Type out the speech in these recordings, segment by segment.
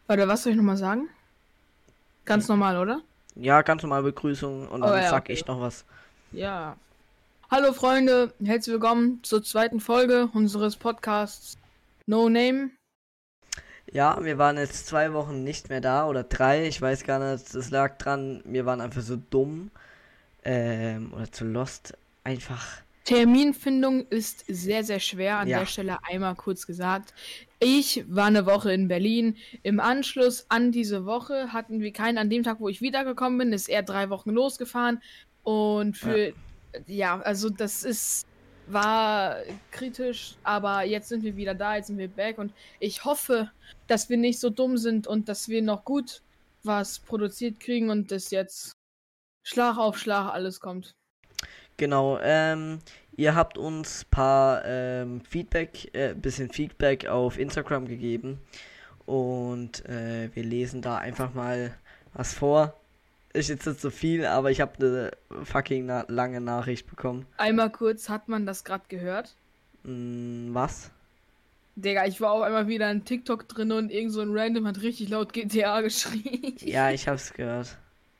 Warte, was soll ich nochmal sagen? Ganz normal, oder? Ja, ganz normal Begrüßung und Oh dann ja, sag okay. ich noch was. Ja. Hallo Freunde, herzlich willkommen zur zweiten Folge unseres Podcasts No Name. Ja, wir waren jetzt 2 Wochen nicht mehr da oder 3, ich weiß gar nicht. Das lag dran, wir waren einfach so dumm oder zu lost. Einfach, Terminfindung ist sehr, sehr schwer. An der ja, Stelle einmal kurz gesagt. Ich war eine Woche in Berlin. Im Anschluss an diese Woche hatten wir keinen. An dem Tag, wo ich wiedergekommen bin, ist er 3 Wochen losgefahren. Und ja. also war kritisch, aber jetzt sind wir wieder da, jetzt sind wir back. Und ich hoffe, dass wir nicht so dumm sind und dass wir noch gut was produziert kriegen und dass jetzt Schlag auf Schlag alles kommt. Genau, ihr habt uns paar bisschen Feedback auf Instagram gegeben und wir lesen da einfach mal was vor. Ist jetzt nicht so viel, aber ich habe eine fucking lange Nachricht bekommen. Einmal kurz, hat man das gerade gehört? Was? Digga, ich war auf einmal wieder in TikTok drin und irgend so ein Random hat richtig laut GTA geschrien. Ja, ich hab's gehört.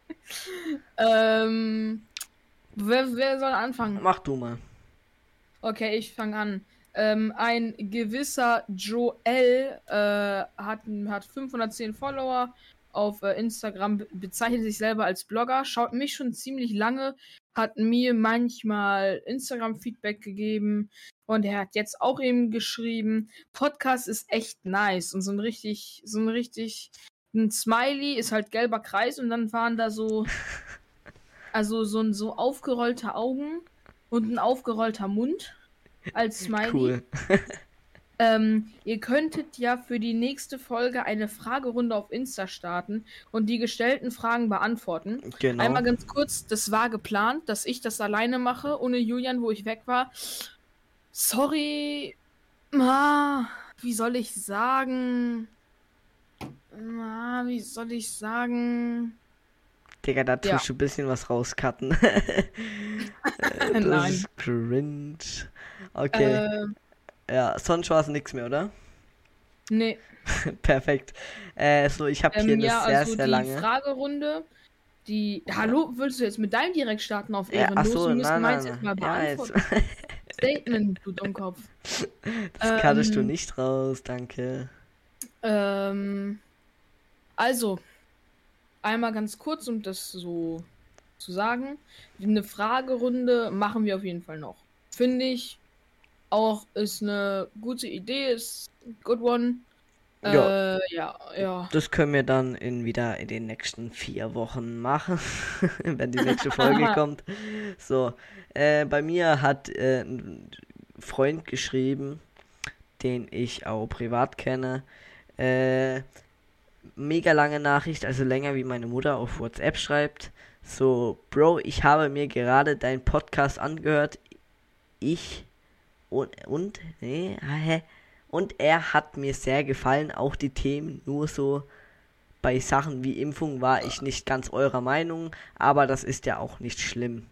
ähm, wer soll anfangen? Mach du mal. Okay, ich fange an. Ein gewisser Joel hat 510 Follower auf Instagram, bezeichnet sich selber als Blogger, schaut mich schon ziemlich lange, hat mir manchmal Instagram-Feedback gegeben und er hat jetzt auch eben geschrieben, Podcast ist echt nice und ein Smiley ist halt gelber Kreis und dann waren da also so aufgerollte Augen und ein aufgerollter Mund als Smiley. Cool. Ihr könntet ja für die nächste Folge eine Fragerunde auf Insta starten und die gestellten Fragen beantworten. Genau. Einmal ganz kurz, das war geplant, dass ich das alleine mache, ohne Julian, wo ich weg war. Sorry, wie soll ich sagen? Wie soll ich sagen? Digga, da Ja, tust du ein bisschen was rauscutten. Das nein. ist cringe. Okay. Ja, sonst war es nichts mehr, oder? Nee. Perfekt. So, ich habe hier eine Ja, sehr, also sehr die lange. Fragerunde, Hallo, willst du jetzt mit deinem direkt starten auf Ach Ehrenlos? so, Wir müssen nein, nein, meins nein. erstmal Ja, jetzt. beantworten. Statement, du Dummkopf. Das cuttest du Ähm, nicht raus, danke. ähm, also, einmal ganz kurz, um das so zu sagen. Eine Fragerunde machen wir auf jeden Fall noch. Finde ich auch, ist eine gute Idee, ist ein good one. Ja, Ja. das können wir dann wieder in den nächsten 4 Wochen machen, wenn die nächste Folge kommt. So, bei mir hat ein Freund geschrieben, den ich auch privat kenne. Mega lange Nachricht, also länger wie meine Mutter auf WhatsApp schreibt. So, Bro, ich habe mir gerade deinen Podcast angehört. Ich und er hat mir sehr gefallen, auch die Themen, nur so bei Sachen wie Impfung war ich nicht ganz eurer Meinung, aber das ist ja auch nicht schlimm.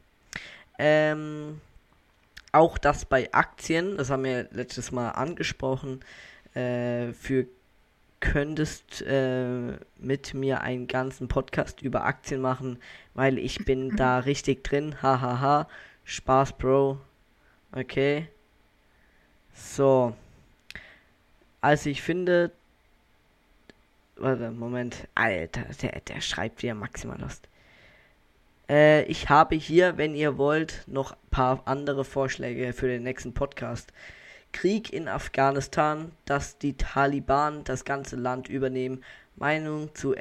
Auch das bei Aktien, das haben wir letztes Mal angesprochen, könntest mit mir einen ganzen Podcast über Aktien machen, weil ich bin da richtig drin, hahaha, Spaß, Bro, okay, so, also ich finde, warte, Moment, Alter, der schreibt wieder maximal Lust. Ich habe hier, wenn ihr wollt, noch ein paar andere Vorschläge für den nächsten Podcast. Krieg in Afghanistan, dass die Taliban das ganze Land übernehmen. Meinung zu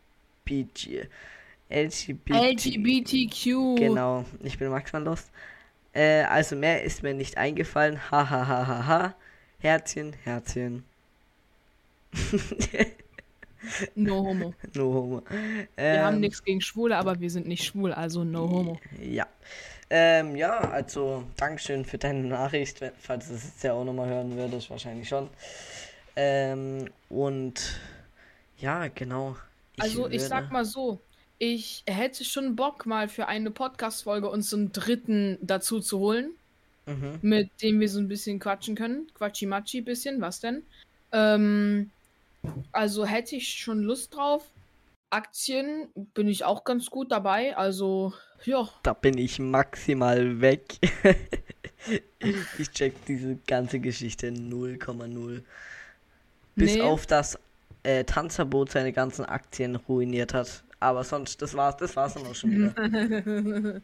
LGBTQ. Genau, ich bin maximal lost. Also mehr ist mir nicht eingefallen. Hahaha. Herzchen, Herzchen. No homo. No homo. Wir haben nichts gegen Schwule, aber wir sind nicht schwul, also no homo. Ja. Ja, also Dankeschön für deine Nachricht, falls du es jetzt ja auch nochmal hören würdest, wahrscheinlich schon. Und ja, genau. Ich sag mal so, ich hätte schon Bock, mal für eine Podcast-Folge uns so einen dritten dazu zu holen, mit dem wir so ein bisschen quatschen können. Quatschi-Matschi bisschen, was denn? Also hätte ich schon Lust drauf. Aktien bin ich auch ganz gut dabei. Also, ja. Da bin ich maximal weg. Ich check diese ganze Geschichte 0,0. Bis Nee. auf das Tanzverbot seine ganzen Aktien ruiniert hat. Aber sonst, das war's dann auch schon wieder.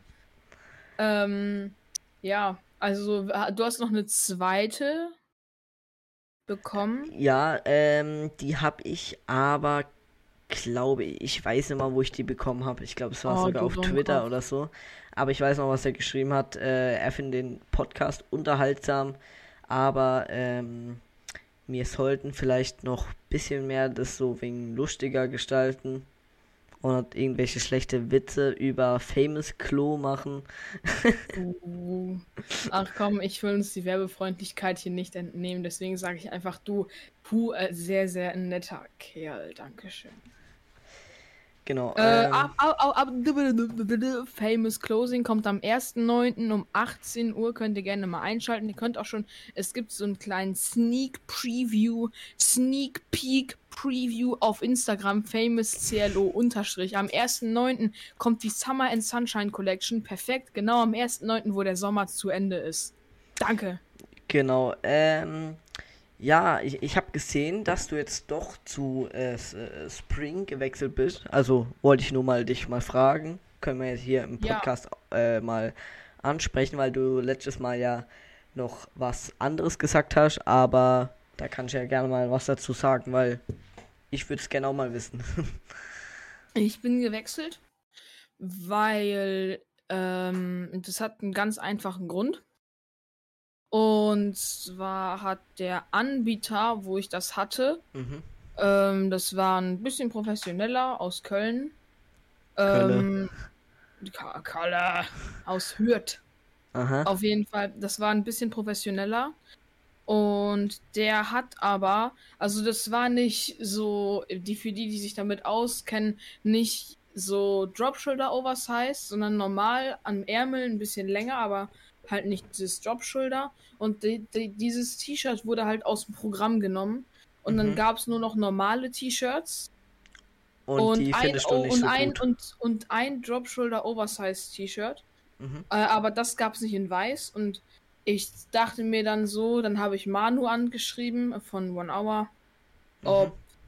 Ja, also du hast noch eine zweite bekommen. Ja, die habe ich aber, glaube ich weiß nicht mal, wo ich die bekommen habe. Ich glaube, es war Oh, sogar du auf Twitter Dummkopf. oder so. Aber ich weiß noch, was er geschrieben hat. Er findet den Podcast unterhaltsam, aber wir sollten vielleicht noch ein bisschen mehr das so wegen lustiger gestalten und irgendwelche schlechte Witze über Famous Klo machen. Uh. Ach komm, ich will uns die Werbefreundlichkeit hier nicht entnehmen. Deswegen sage ich einfach du. Sehr, sehr netter Kerl. Dankeschön. Genau, Famous Closing kommt am 1.9. um 18 Uhr. Könnt ihr gerne mal einschalten. Ihr könnt auch schon, es gibt so einen kleinen Sneak Peek Preview auf Instagram, famous_CLO_. Am 1.9. kommt die Summer and Sunshine Collection. Perfekt, genau am 1.9., wo der Sommer zu Ende ist. Danke. genau, ja, ich habe gesehen, dass du jetzt doch zu Spring gewechselt bist. Also wollte ich nur mal dich mal fragen. Können wir jetzt hier im Ja. Podcast mal ansprechen, weil du letztes Mal ja noch was anderes gesagt hast, aber da kannst du ja gerne mal was dazu sagen, weil ich würde es gerne auch mal wissen. Ich bin gewechselt, weil das hat einen ganz einfachen Grund. Und zwar hat der Anbieter, wo ich das hatte, Mhm. das war ein bisschen professioneller aus Köln. Kölle. Kalle aus Hürth. Aha. Auf jeden Fall, das war ein bisschen professioneller. Und der hat aber, also das war nicht so, für die sich damit auskennen, nicht so Drop-Shoulder Oversize, sondern normal am Ärmel ein bisschen länger, aber halt nicht dieses Drop-Shoulder. Und dieses T-Shirt wurde halt aus dem Programm genommen. Und dann Mhm. gab es nur noch normale T-Shirts Und die findest du nicht so gut. und ein Drop-Shoulder Oversize T-Shirt. Mhm. Aber das gab es nicht in weiß und ich dachte mir dann so, dann habe ich Manu angeschrieben von One Hour, Mhm.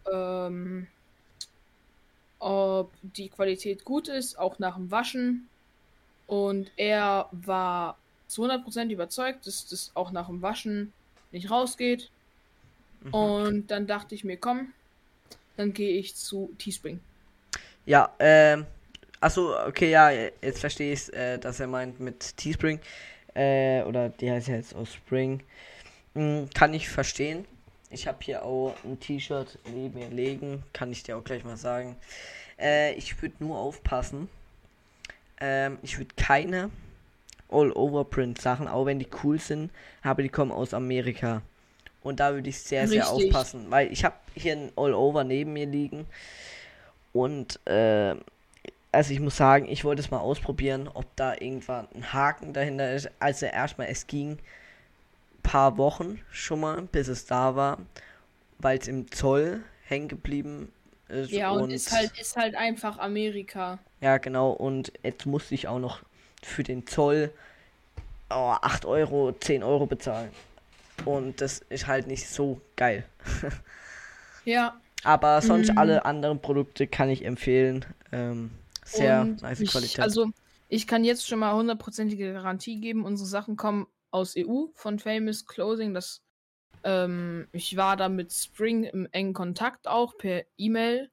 ob die Qualität gut ist, auch nach dem Waschen. Und er war zu 100% überzeugt, dass das auch nach dem Waschen nicht rausgeht. Mhm. Und dann dachte ich mir, komm, dann gehe ich zu Teespring. Ja, achso, okay, ja, jetzt verstehe ich dass er meint mit Teespring, oder die heißt ja jetzt aus Spring. Kann ich verstehen. Ich habe hier auch ein T-Shirt neben mir liegen, kann ich dir auch gleich mal sagen. Ich würde nur aufpassen. Ich würde keine All-Over-Print-Sachen, auch wenn die cool sind, aber die kommen aus Amerika. Und da würde ich sehr, sehr Richtig. aufpassen, weil ich habe hier ein All-Over neben mir liegen. Und also ich muss sagen, ich wollte es mal ausprobieren, ob da irgendwann ein Haken dahinter ist. Also erstmal, es ging ein paar Wochen schon mal, bis es da war, weil es im Zoll hängen geblieben ist. Ja, und Und ist halt einfach Amerika. ja, genau, und jetzt musste ich auch noch für den Zoll 8 Euro, 10 Euro bezahlen. Und das ist halt nicht so geil. Ja. Aber sonst alle anderen Produkte kann ich empfehlen. Sehr Und nice Qualität. also ich kann jetzt schon mal 100%ige Garantie geben, unsere Sachen kommen aus EU von Famous Clothing. Ich war da mit Spring im engen Kontakt auch per E-Mail.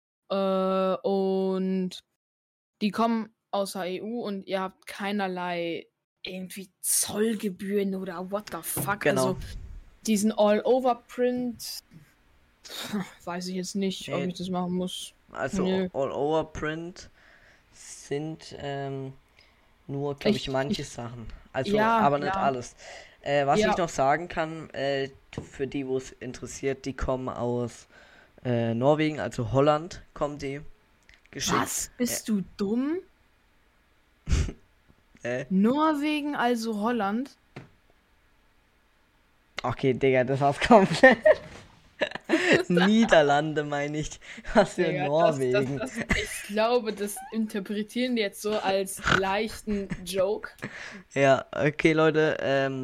Und die kommen aus der EU und ihr habt keinerlei irgendwie Zollgebühren oder what the fuck. Genau. Also diesen All-Over-Print, weiß ich jetzt nicht, ob Nee. ich das machen muss. Also Nö. All-Over-Print sind nur, glaube ich, manche Sachen. Also, Ja, aber nicht ja. alles. Was Ja. ich noch sagen kann, für die, wo es interessiert, die kommen aus Norwegen, also Holland kommen die geschickt. Was? Bist du dumm? Äh, Norwegen, also Holland? okay, Digga, das war's komplett. Niederlande meine ich. Was für Digga, Norwegen. ich glaube, das interpretieren die jetzt so als leichten Joke. Ja, okay, Leute.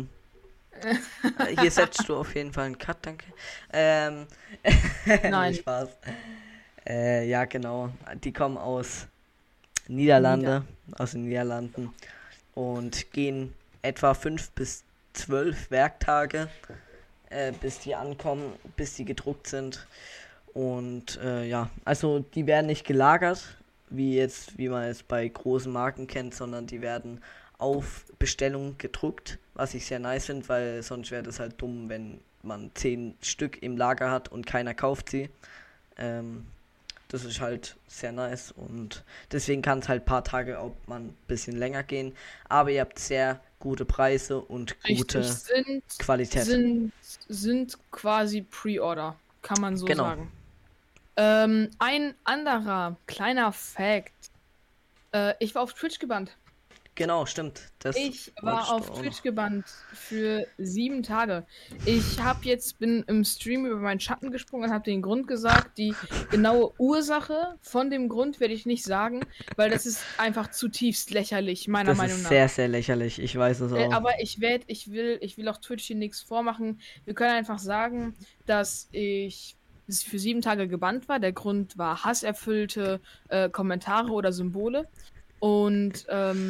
Hier setzt du auf jeden Fall einen Cut, danke. Nee, Nein. Spaß. Ja, genau. Die kommen aus Niederlande, aus den Niederlanden und gehen etwa 5 bis 12 Werktage, bis die ankommen, bis die gedruckt sind. Und ja, also die werden nicht gelagert, wie man es bei großen Marken kennt, sondern die werden auf Bestellung gedruckt, was ich sehr nice finde, weil sonst wäre das halt dumm, wenn man 10 Stück im Lager hat und keiner kauft sie. Das ist halt sehr nice und deswegen kann es halt ein paar Tage auch mal ein bisschen länger gehen, aber ihr habt sehr gute Preise und gute Richtig, Qualität. sind quasi Pre-Order, kann man so Genau. sagen. Ein anderer kleiner Fact. Ich war auf Twitch gebannt. Genau, stimmt. Das Ich wolltest war du auf auch Twitch noch. gebannt für 7 Tage. Bin im Stream über meinen Schatten gesprungen und habe den Grund gesagt. Die genaue Ursache von dem Grund werde ich nicht sagen, weil das ist einfach zutiefst lächerlich, meiner Das Meinung ist nach. sehr, sehr lächerlich. Ich weiß es auch. Aber ich will auch Twitch hier nichts vormachen. Wir können einfach sagen, dass ich für 7 Tage gebannt war. Der Grund war hasserfüllte Kommentare oder Symbole. Und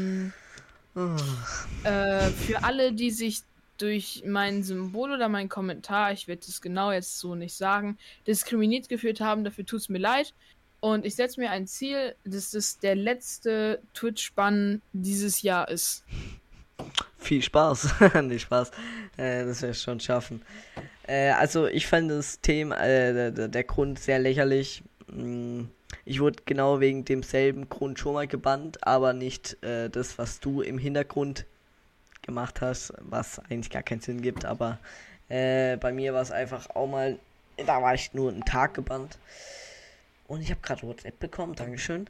für alle, die sich durch mein Symbol oder mein Kommentar, ich werde es genau jetzt so nicht sagen, diskriminiert gefühlt haben, dafür tut es mir leid. Und ich setze mir ein Ziel, dass das der letzte Twitch-Bann dieses Jahr ist. Viel Spaß. Nicht Spaß. Das werde ich schon schaffen. Also ich fand das Thema, der Grund sehr lächerlich. Ich wurde genau wegen demselben Grund schon mal gebannt, aber nicht das, was du im Hintergrund gemacht hast, was eigentlich gar keinen Sinn gibt, aber bei mir war es einfach auch mal, da war ich nur einen Tag gebannt. Und ich habe gerade WhatsApp bekommen, Dankeschön.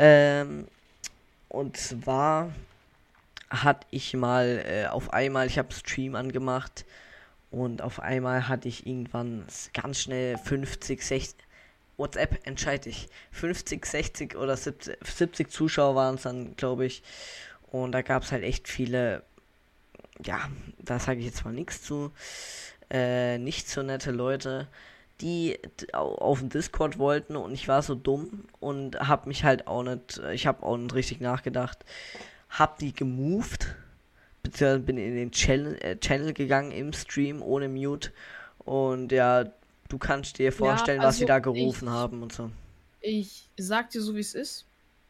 Und zwar hatte ich mal auf einmal, ich habe Stream angemacht und auf einmal hatte ich irgendwann ganz schnell 50, 60, WhatsApp entscheide ich, 50, 60 oder 70 Zuschauer waren es dann, glaube ich. Und da gab es halt echt viele, ja, da sage ich jetzt mal nichts zu, nicht so nette Leute, die auf den Discord wollten und ich war so dumm und habe mich halt auch nicht, ich habe auch nicht richtig nachgedacht, hab die gemoved, beziehungsweise bin in den Channel gegangen im Stream ohne Mute und ja, du kannst dir vorstellen, was sie da gerufen haben und so. Ich sag dir so, wie es ist.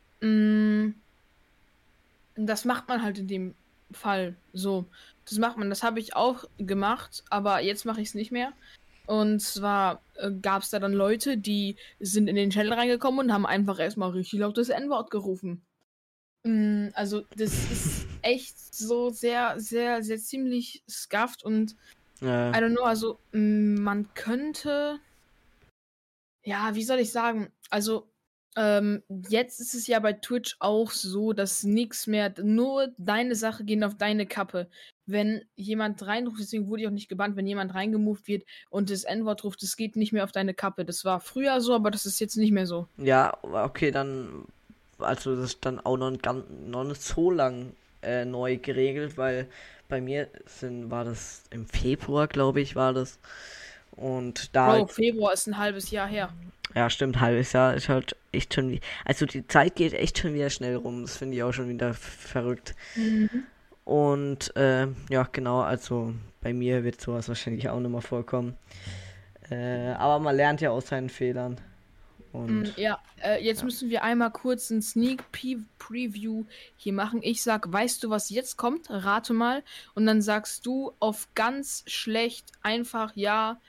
Das macht man halt in dem Fall so. Das macht man, das habe ich auch gemacht, aber jetzt mache ich es nicht mehr. Und zwar gab es da dann Leute, die sind in den Channel reingekommen und haben einfach erstmal richtig laut das N-Wort gerufen. Also das ist echt so sehr, sehr, sehr ziemlich scuffed und I don't know, also man könnte, ja, wie soll ich sagen, also jetzt ist es ja bei Twitch auch so, dass nichts mehr, nur deine Sache gehen auf deine Kappe. Wenn jemand reinruft, deswegen wurde ich auch nicht gebannt, wenn jemand reingemoved wird und das N-Wort ruft, das geht nicht mehr auf deine Kappe. Das war früher so, aber das ist jetzt nicht mehr so. Ja, okay, dann, also das ist dann auch noch nicht so lang neu geregelt, weil bei mir war das im Februar, glaube ich, war das. Und da. Bro, Februar ist ein halbes Jahr her. Ja, stimmt, halbes Jahr ist halt echt schon. Also die Zeit geht echt schon wieder schnell rum. Das finde ich auch schon wieder verrückt. Und ja, genau, also bei mir wird sowas wahrscheinlich auch nicht mehr vorkommen. Aber man lernt ja aus seinen Fehlern. Und Ja, jetzt müssen wir einmal kurz ein Sneak Preview hier machen. Ich sag, weißt du, was jetzt kommt? Rate mal. Und dann sagst du auf ganz schlecht einfach ja,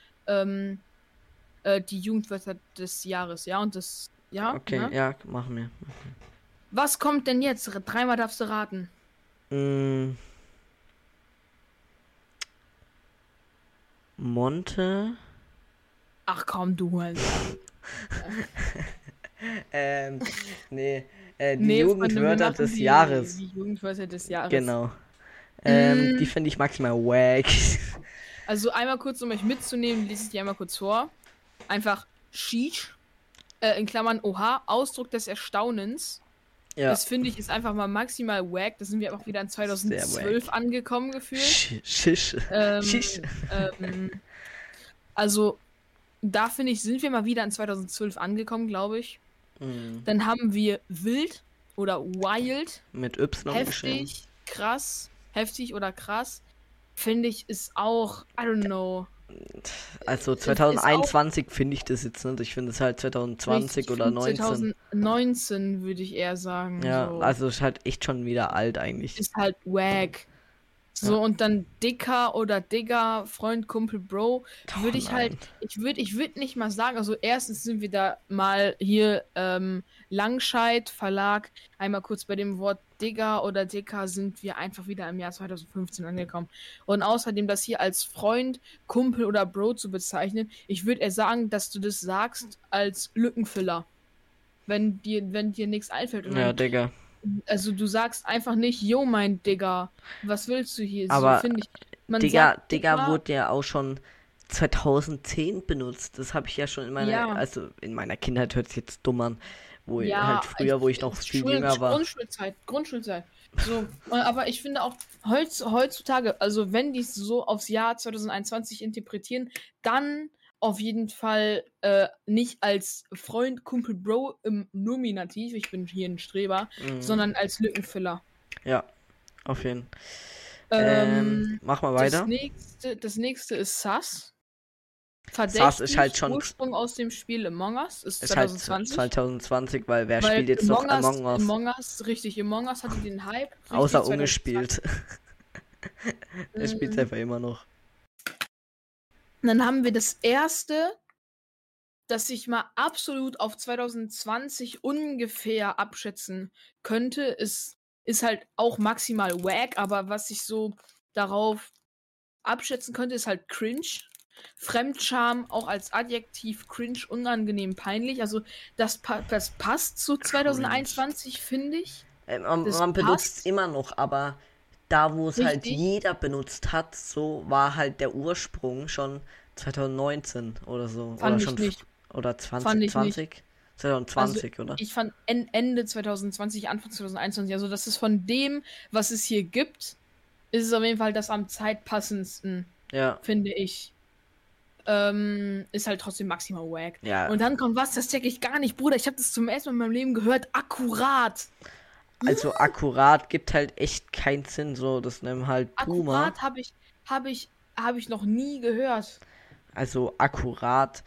die Jugendwörter des Jahres, ja? Und das, ja? okay, Ne? ja, machen wir. Was kommt denn jetzt? Dreimal darfst du raten. Monte. Ach komm, du halt. Nee, die Jugendwörter des Jahres. Die Jugendwörter des Jahres. Genau. Die finde ich maximal wack. Also einmal kurz, um euch mitzunehmen, lese ich die einmal kurz vor. einfach Sheesh, in Klammern Oha, Ausdruck des Erstaunens. Ja. Das finde ich ist einfach mal maximal wack. Da sind wir auch wieder in 2012 angekommen gefühlt. Shish. Shish. Also, da finde ich, sind wir mal wieder in 2012 angekommen, glaube ich. Dann haben wir wild oder wild. Mit Y geschrieben. Heftig, krass. Heftig oder krass. Finde ich, ist auch, I don't know. Also 2021 finde ich das jetzt nicht. Ich finde es halt 2020 oder 19. 2019 würde ich eher sagen. Ja, so. also ist halt echt schon wieder alt eigentlich. Ist halt wack. So, Ja. und dann Dicker oder Digger, Freund, Kumpel, Bro, würde ich halt, nein. ich würde nicht mal sagen, also erstens sind wir da mal hier, Langscheid Verlag, einmal kurz bei dem Wort Digger oder Dicker sind wir einfach wieder im Jahr 2015 angekommen. Und außerdem das hier als Freund, Kumpel oder Bro zu bezeichnen, ich würde eher sagen, dass du das sagst als Lückenfüller. Wenn dir nichts einfällt. Und Ja, dann, Digga. also du sagst einfach nicht, yo, mein Digger, was willst du hier? Aber so finde ich. Man Digga sagt immer, wurde ja auch schon 2010 benutzt. Das habe ich ja schon in meiner, Ja. also in meiner Kindheit hört sich jetzt dumm an, wo ja, halt früher, wo ich noch viel jünger war. Grundschulzeit. So, aber ich finde auch heutzutage, also wenn die es so aufs Jahr 2021 interpretieren, dann auf jeden Fall nicht als Freund, Kumpel, Bro im Nominativ, ich bin hier ein Streber, sondern als Lückenfüller. Ja, auf jeden Mach mal Das weiter. nächste ist Sus. Sus ist halt schon, Ursprung aus dem Spiel Among Us, ist ist halt 2020. 2020, weil wer Weil spielt jetzt noch Among Us? Among Us, richtig, Among Us hatte den Hype. richtig, Außer 2020. Unge spielt. Er spielt einfach immer noch. Und dann haben wir das erste, das ich mal absolut auf 2020 ungefähr abschätzen könnte, ist halt auch maximal wack, aber was ich so darauf abschätzen könnte, ist halt cringe. Fremdscham auch als Adjektiv cringe, unangenehm, peinlich. Also das passt zu 2021, finde ich. Man benutzt es immer noch, aber da, wo es halt Richtig. jeder benutzt hat, so war halt der Ursprung schon 2019 oder so. Fand oder ich schon nicht. Oder Fand ich 2020? 2020, oder? Ich fand Ende 2020, Anfang 2021, also das ist von dem, was es hier gibt, ist es auf jeden Fall das am zeitpassendsten, Ja. finde ich. Ist halt trotzdem maximal wack. Ja. Und dann kommt was, das check ich gar nicht, Bruder. Ich habe das zum ersten Mal in meinem Leben gehört. Akkurat. Also akkurat gibt halt echt keinen Sinn, so, das nennen halt Boomer. Akkurat habe ich noch nie gehört. Also akkurat.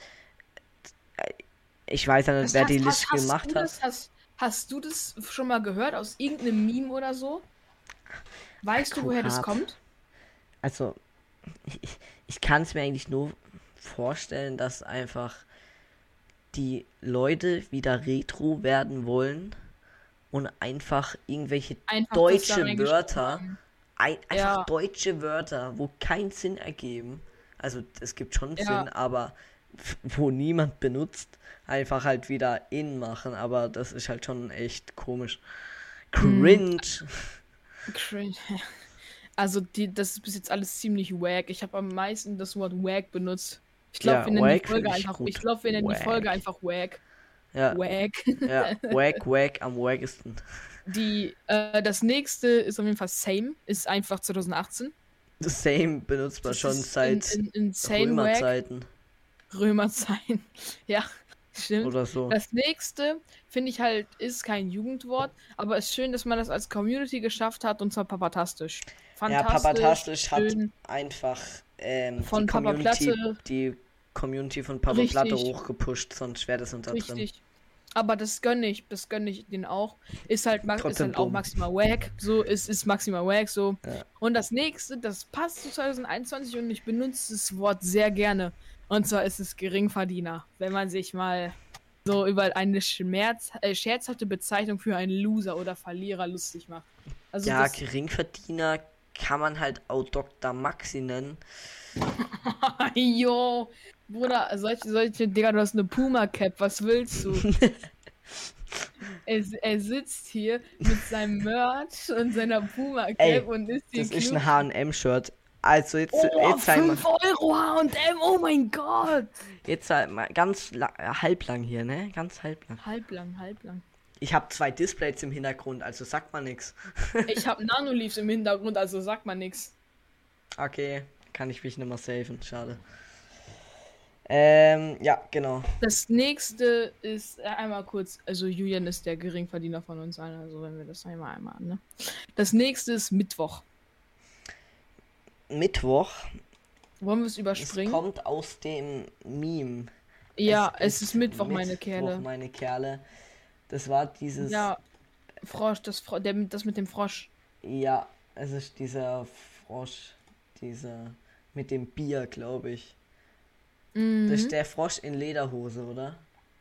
Ich weiß ja nicht, wer die Liste gemacht hat. Hast du das schon mal gehört aus irgendeinem Meme oder so? Weißt du, woher das Akkurat. kommt? Also, ich kann es mir eigentlich nur vorstellen, dass einfach die Leute wieder retro werden wollen und einfach irgendwelche Einfach das da deutsche reingeschrieben Wörter, haben. einfach Ja. deutsche Wörter, wo keinen Sinn ergeben. Also, es gibt schon Ja. Sinn, aber wo niemand benutzt, einfach halt wieder in machen. Aber das ist halt schon echt komisch. Cringe. Cringe. Also das ist bis jetzt alles ziemlich wack. Ich habe am meisten das Wort wack benutzt. Ich glaube, Ja, wir nennen wack die Folge find ich einfach. gut. Ich glaube, wir nennen die Wack. Folge einfach wack. Ja, Wack. ja, wack, am wackesten. Das nächste ist auf jeden Fall Same. Ist einfach 2018. Das Same benutzt man Das schon ist seit insane wack. Römerzeiten Römerzeiten. Ja, stimmt. oder so. Das nächste, finde ich halt, ist kein Jugendwort, aber es ist schön, dass man das als Community geschafft hat, und zwar papatastisch. Ja, papatastisch hat schön. einfach Von die Papa Platte. die Community von Papa Richtig. Platte hochgepusht, sonst wäre das unter drin. Richtig. Aber das gönne ich denen auch. Ist halt Trotzdem auch dumm. maximal wack. So, ist maximal wack, so. Ja. Und das nächste, das passt zu 2021 und ich benutze das Wort sehr gerne. Und zwar ist es Geringverdiener. Wenn man sich mal so über eine scherzhafte Bezeichnung für einen Loser oder Verlierer lustig macht. Also Ja, das, Geringverdiener kann man halt auch Dr. Maxi nennen. jo, Bruder, solche Digga, du hast eine Puma-Cap, was willst du? Er sitzt hier mit seinem Merch und seiner Ey, Puma-Cap und isst den Das ist ein H&M-Shirt. Also jetzt, Oh, jetzt sei mal, 5 Euro H&M, oh mein Gott. jetzt sei mal ganz halblang hier, ne? Ganz halblang. Halblang. Ich habe 2 Displays im Hintergrund, also sagt man nix. Ich habe Nanoleafs im Hintergrund, also sagt man nix. Okay, kann ich mich nicht mehr safen, schade. Ja, genau. Das nächste ist einmal kurz, also Julian ist der Geringverdiener von uns allen, also wenn wir das einmal an, ne? Das nächste ist Mittwoch. Mittwoch, Wollen wir es es überspringen? kommt aus dem Meme. Ja, es ist Mittwoch, meine Mittwoch, Kerle. meine Kerle. Das war dieses, Ja, Frosch, das mit dem Frosch. ja, es ist dieser Frosch, dieser mit dem Bier, glaube ich. Das Mhm. ist der Frosch in Lederhose, oder?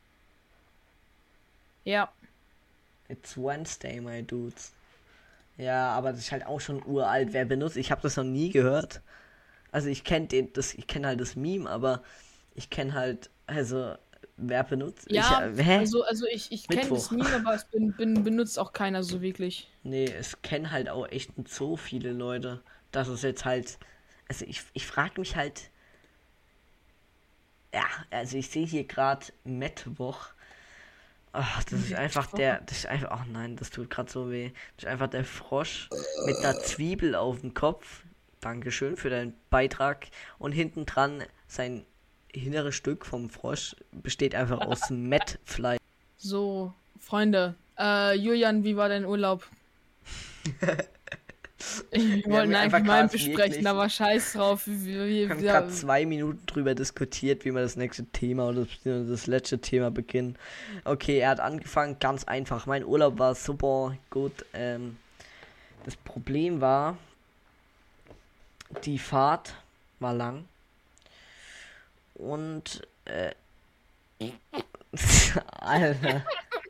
Ja. It's Wednesday, my dudes. Ja, aber das ist halt auch schon uralt. Wer benutzt? Ich habe das noch nie gehört. Also ich kenne ich kenne halt das Meme, aber ich kenne halt, also wer benutzt? Ja, Hä? also ich kenne das Mittwoch. Meme, aber es benutzt auch keiner so wirklich. Nee, es kennen halt auch echt nicht so viele Leute, dass es jetzt halt, also ich frage mich halt, ja, also ich sehe hier gerade Mittwoch. Ach, das ist einfach das ist einfach, ach nein, das tut gerade so weh. Das ist einfach der Frosch mit einer Zwiebel auf dem Kopf. Dankeschön für deinen Beitrag. Und hinten dran sein inneres Stück vom Frosch besteht einfach aus Mettfleisch. So, Freunde. Julian, wie war dein Urlaub? Wir wollten einfach eigentlich mal grad besprechen, wirklich- aber scheiß drauf. Wir haben gerade 2 Minuten drüber diskutiert, wie wir das nächste Thema oder das letzte Thema beginnen. Okay, er hat angefangen, ganz einfach. Mein Urlaub war super gut. Das Problem war, die Fahrt war lang. Und, Alter.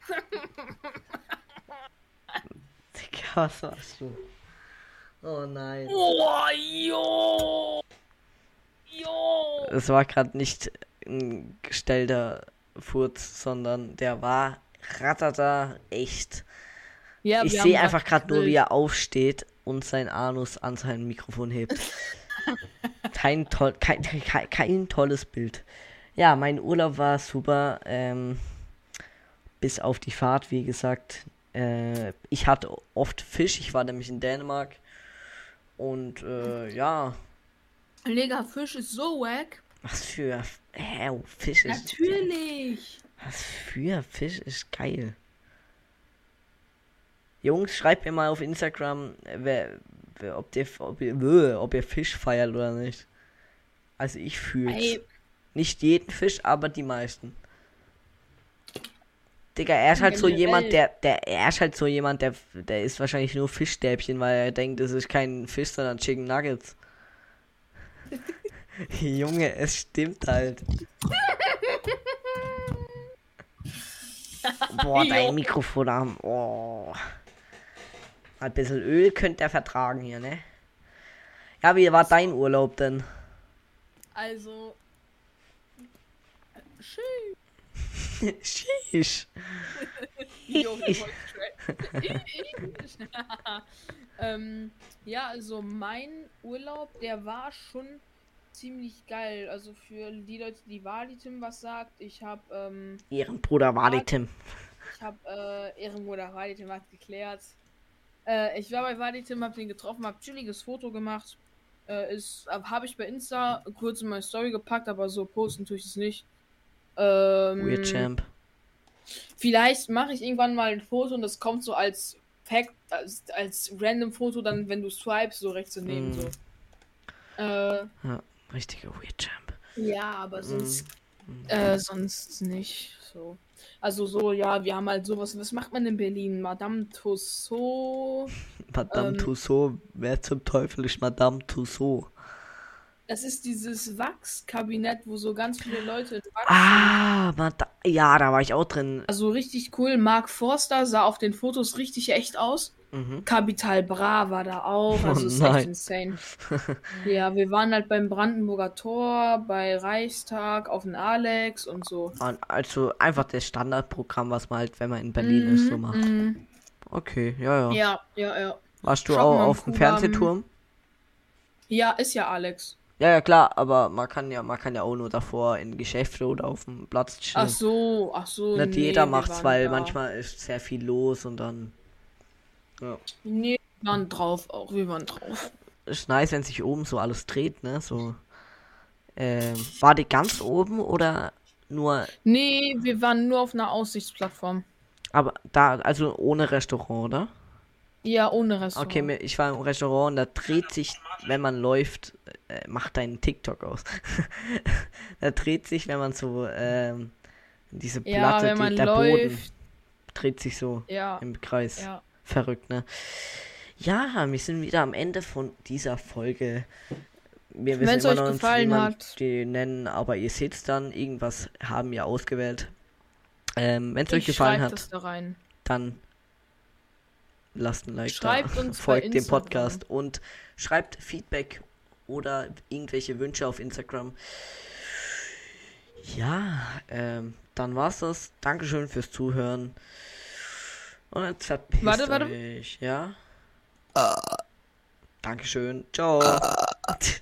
Digga, was machst du? Oh nein. Oh, jo! Jo! Es war gerade nicht ein gestellter Furz, sondern der war ratata echt. Ja, Ich wir sehe haben einfach gerade nur, wie gegrillt. er aufsteht und sein Anus an sein Mikrofon hebt. Kein tolles Bild. Ja, mein Urlaub war super. Bis auf die Fahrt, wie gesagt. Ich hatte oft Fisch. Ich war nämlich in Dänemark. Und ja. Digga, Fisch ist so wack. Was für Fisch ist. Natürlich. Was für Fisch ist geil. Jungs, schreibt mir mal auf Instagram, ob ihr Fisch feiert oder nicht. Also ich fühl's. Ey, Nicht jeden Fisch, aber die meisten. Digga, er ist halt so jemand, Generell. er ist halt so jemand, der isst wahrscheinlich nur Fischstäbchen, weil er denkt, es ist kein Fisch, sondern Chicken Nuggets. Junge, es stimmt halt. Boah, dein Jo. Mikrofon am. Oh. Ein bisschen Öl könnt ihr vertragen hier, ne? Ja, wie war dein Urlaub denn? Also. Schön. Sheesh. Jo, der Voice Track. Ja, also mein Urlaub, der war schon ziemlich geil. Also für die Leute, die Valitim was sagt, ich habe Ehrenbruder Valitim. Ehrenbruder Valitim hat geklärt. Ich war bei Valitim, hab den getroffen, hab chilliges Foto gemacht. Habe ich bei Insta kurz in meine Story gepackt, aber so posten tue ich es nicht. Weird Champ. Vielleicht mache ich irgendwann mal ein Foto und das kommt so als Fact, als random Foto, dann wenn du swipes, so rechts daneben so. Ja, richtiger Weird Champ. Ja, aber sonst nicht so. Also so, ja, wir haben halt sowas. Was macht man in Berlin? Madame Tussauds. Madame Tussauds. Wer zum Teufel ist Madame Tussauds? Das ist dieses Wachskabinett, wo so ganz viele Leute wachsen. Ah, ja, da war ich auch drin. Also richtig cool. Mark Forster sah auf den Fotos richtig echt aus. Capital Bra war da auch. Also ist echt insane. Ja, wir waren halt beim Brandenburger Tor, bei Reichstag, auf den Alex und so. Also einfach das Standardprogramm, was man halt, wenn man in Berlin ist, so macht. Okay, ja. Ja. Warst du Shoppen auch am auf dem Kudamm. Fernsehturm? Ja, ist ja Alex. Ja, ja, klar, aber man kann ja auch nur davor in Geschäfte oder auf dem Platz chillen. Ach so, Nicht jeder nee, wir macht's, waren weil da. manchmal ist sehr viel los und dann, ja. Nee, wir waren drauf auch, wir waren drauf. Ist nice, wenn sich oben so alles dreht, ne? So, war die ganz oben oder nur, Nee, wir waren nur auf einer Aussichtsplattform. aber da, also ohne Restaurant, oder? Ja, ohne Okay, Restaurant. ich war im Restaurant und da dreht sich, wenn man läuft, mach deinen TikTok aus. Da dreht sich, wenn man so, diese Ja, Platte, wenn man der Boden läuft. dreht sich so Ja, im Kreis. ja. Verrückt, ne? Ja, wir sind wieder am Ende von dieser Folge. Wir Wenn wissen es immer euch noch nicht, wie gefallen man hat, die nennen, aber ihr seht's dann. Irgendwas haben wir ausgewählt. Wenn es euch ich gefallen schreibe hat, das da rein. dann lasst ein Like da, Schreibt uns bei folgt dem Instagram. Podcast und schreibt Feedback oder irgendwelche Wünsche auf Instagram. Ja, dann war's das. Dankeschön fürs Zuhören. Und jetzt verpisst Warte. euch, ja? Dankeschön. Ciao.